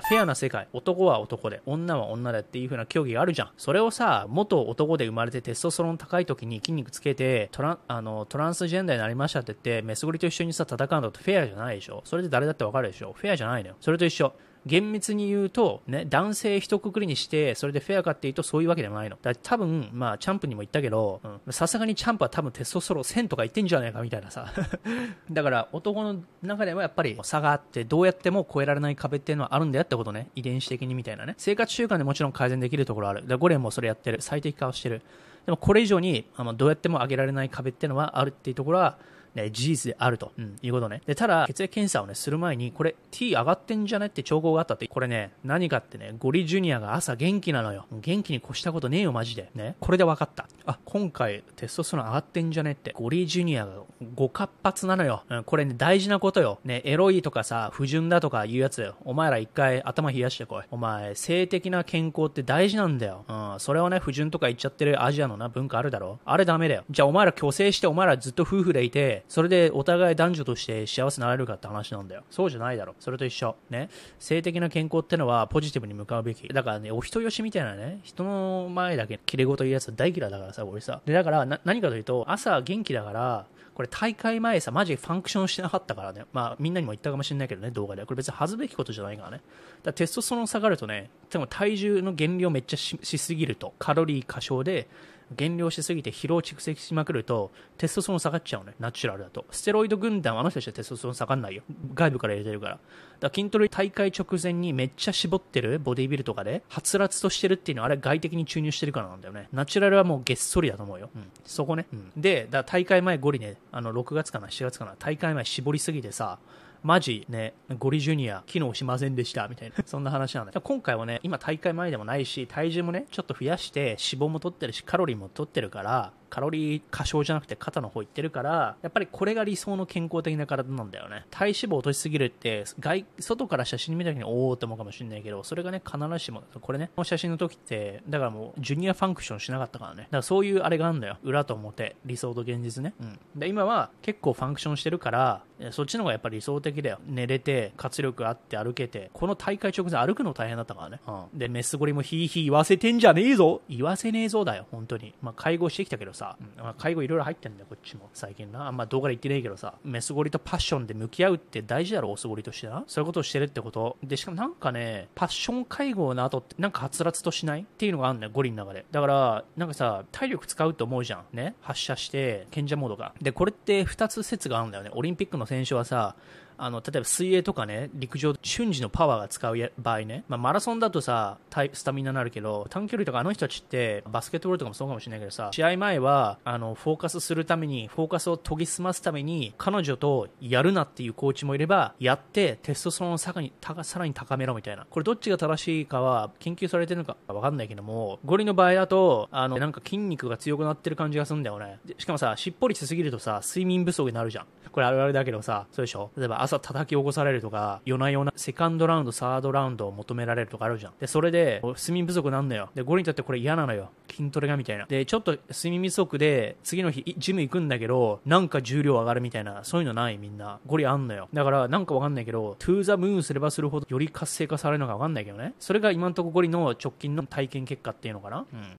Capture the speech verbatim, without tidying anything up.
フェアな世界、男は男で女は女でっていう風な競技があるじゃん。それをさ、元男で生まれてテストステロン高い時に筋肉つけてトラン、あのトランスジェンダーになりましたって言ってメスゴリと一緒にさ戦うのってフェアじゃないでしょ。それで誰だってわかるでしょ。フェアじゃないのよ。それと一緒。厳密に言うと、ね、男性一括りにして、それでフェアかっていうとそういうわけでもないの。だ多分、まあ、チャンプにも言ったけど、さすがにチャンプは多分テストステロンせんとか言ってんじゃないかみたいなさ。だから、男の中でもやっぱり差があって、どうやっても越えられない壁っていうのはあるんだよってことね。遺伝子的にみたいなね。生活習慣でもちろん改善できるところある。だゴレンもそれやってる。最適化をしてる。でもこれ以上に、あのどうやっても上げられない壁っていうのはあるっていうところは、ね、事実であると、うん、いうことね。で、ただ、血液検査をね、する前に、これ、T 上がってんじゃねって兆候があったって、これね、何かってね、ゴリジュニアが朝元気なのよ。元気に越したことねえよ、マジで。ね。これで分かった。あ、今回、テストステロン上がってんじゃねって。ゴリジュニアがご活発なのよ。うん、これね、大事なことよ。ね、エロいとかさ、不純だとかいうやつよ。お前ら一回頭冷やしてこい。お前、性的な健康って大事なんだよ。うん、それをね、不純とか言っちゃってるアジアのな、文化あるだろ。あれダメだよ。じゃあお前ら虚勢して、お前らずっと夫婦でいて、それでお互い男女として幸せになれるかって話なんだよ。そうじゃないだろ。それと一緒。ね。性的な健康ってのはポジティブに向かうべき。だからね、お人よしみたいなね、人の前だけ綺麗事言うやつ大嫌いだからさ、俺さ。で、だからな、何かというと、朝元気だから、これ大会前さ、マジファンクションしてなかったからね。まあ、みんなにも言ったかもしれないけどね、動画で。これ別に恥ずべきことじゃないからね。だからテストステロン下がるとね、でも体重の減量めっちゃ し, しすぎると、カロリー過小で、減量しすぎて疲労蓄積しまくるとテストステロン下がっちゃうね。ナチュラルだと。ステロイド軍団はあの人たちはテストステロン下がんないよ。外部から入れてるから。だから筋トレ大会直前にめっちゃ絞ってるボディビルとかではつらつとしてるっていうのはあれ外的に注入してるからなんだよね。ナチュラルはもうげっそりだと思うよ。うん、そこね。うん、で、だから大会前ゴリね、あのろくがつかなしちがつかな、大会前絞りすぎてさ、マジね、ゴリジュニア機能しませんでしたみたいなそんな話なんだよ。今回はね、今大会前でもないし、体重もねちょっと増やして脂肪も取ってるしカロリーも取ってるから、カロリー過小じゃなくて肩の方いってるから、やっぱりこれが理想の健康的な体なんだよね。体脂肪落としすぎるって外外から写真見た時におーって思うかもしれないけど、それがね必ずしもこれね、この写真の時ってだからもうジュニアファンクションしなかったからね。だからそういうあれがあるんだよ。裏と表、理想と現実ね。うん。で今は結構ファンクションしてるから、そっちの方がやっぱり理想的だよ。寝れて活力あって歩けて、この大会直前歩くの大変だったからね。うん。でメスゴリもヒーヒー言わせてんじゃねえぞ。言わせねえぞだよ本当に。まあ介護してきたけどさ、うん、まあ、介護いろいろ入ってんだよこっちも最近な。あんま動画で言ってねえけどさ、メスゴリとパッションで向き合うって大事だろ、オスゴリとしてな。そういうことをしてるってことで、しかもなんかね、パッション介護の後ってなんかはつらつとしないっていうのがあるんだよゴリの中で。だからなんかさ、体力使うと思うじゃんね、発射して賢者モードが。でこれってふたつ説があるんだよね。オリンピックの選手はさ、あの例えば水泳とかね、陸上瞬時のパワーが使う場合ね、まあ、マラソンだとさスタミナになるけど、短距離とかあの人たちってバスケットボールとかもそうかもしれないけどさ、試合前はあのフォーカスするために、フォーカスを研ぎ澄ますために彼女とやるなっていうコーチもいれば、やってテストステロンをさらにさらに高めろみたいな。これどっちが正しいかは研究されてるのかわかんないけども、ゴリの場合だとあのなんか筋肉が強くなってる感じがするんだよね。しかもさ、しっぽりしすぎるとさ睡眠不足になるじゃん。これあるあるだけどさ、そうでしょ。例えば朝叩き起こされるとか、夜な夜なセカンドラウンドサードラウンドを求められるとかあるじゃん。でそれで睡眠不足なんだよ。でゴリにとってこれ嫌なのよ、筋トレがみたいな。でちょっと睡眠不足で次の日ジム行くんだけどなんか重量上がるみたいな、そういうのない？みんなゴリあんのよ。だからなんかわかんないけど、トゥーザムーンすればするほどより活性化されるのかわかんないけどね。それが今のところゴリの直近の体験結果っていうのかな。うん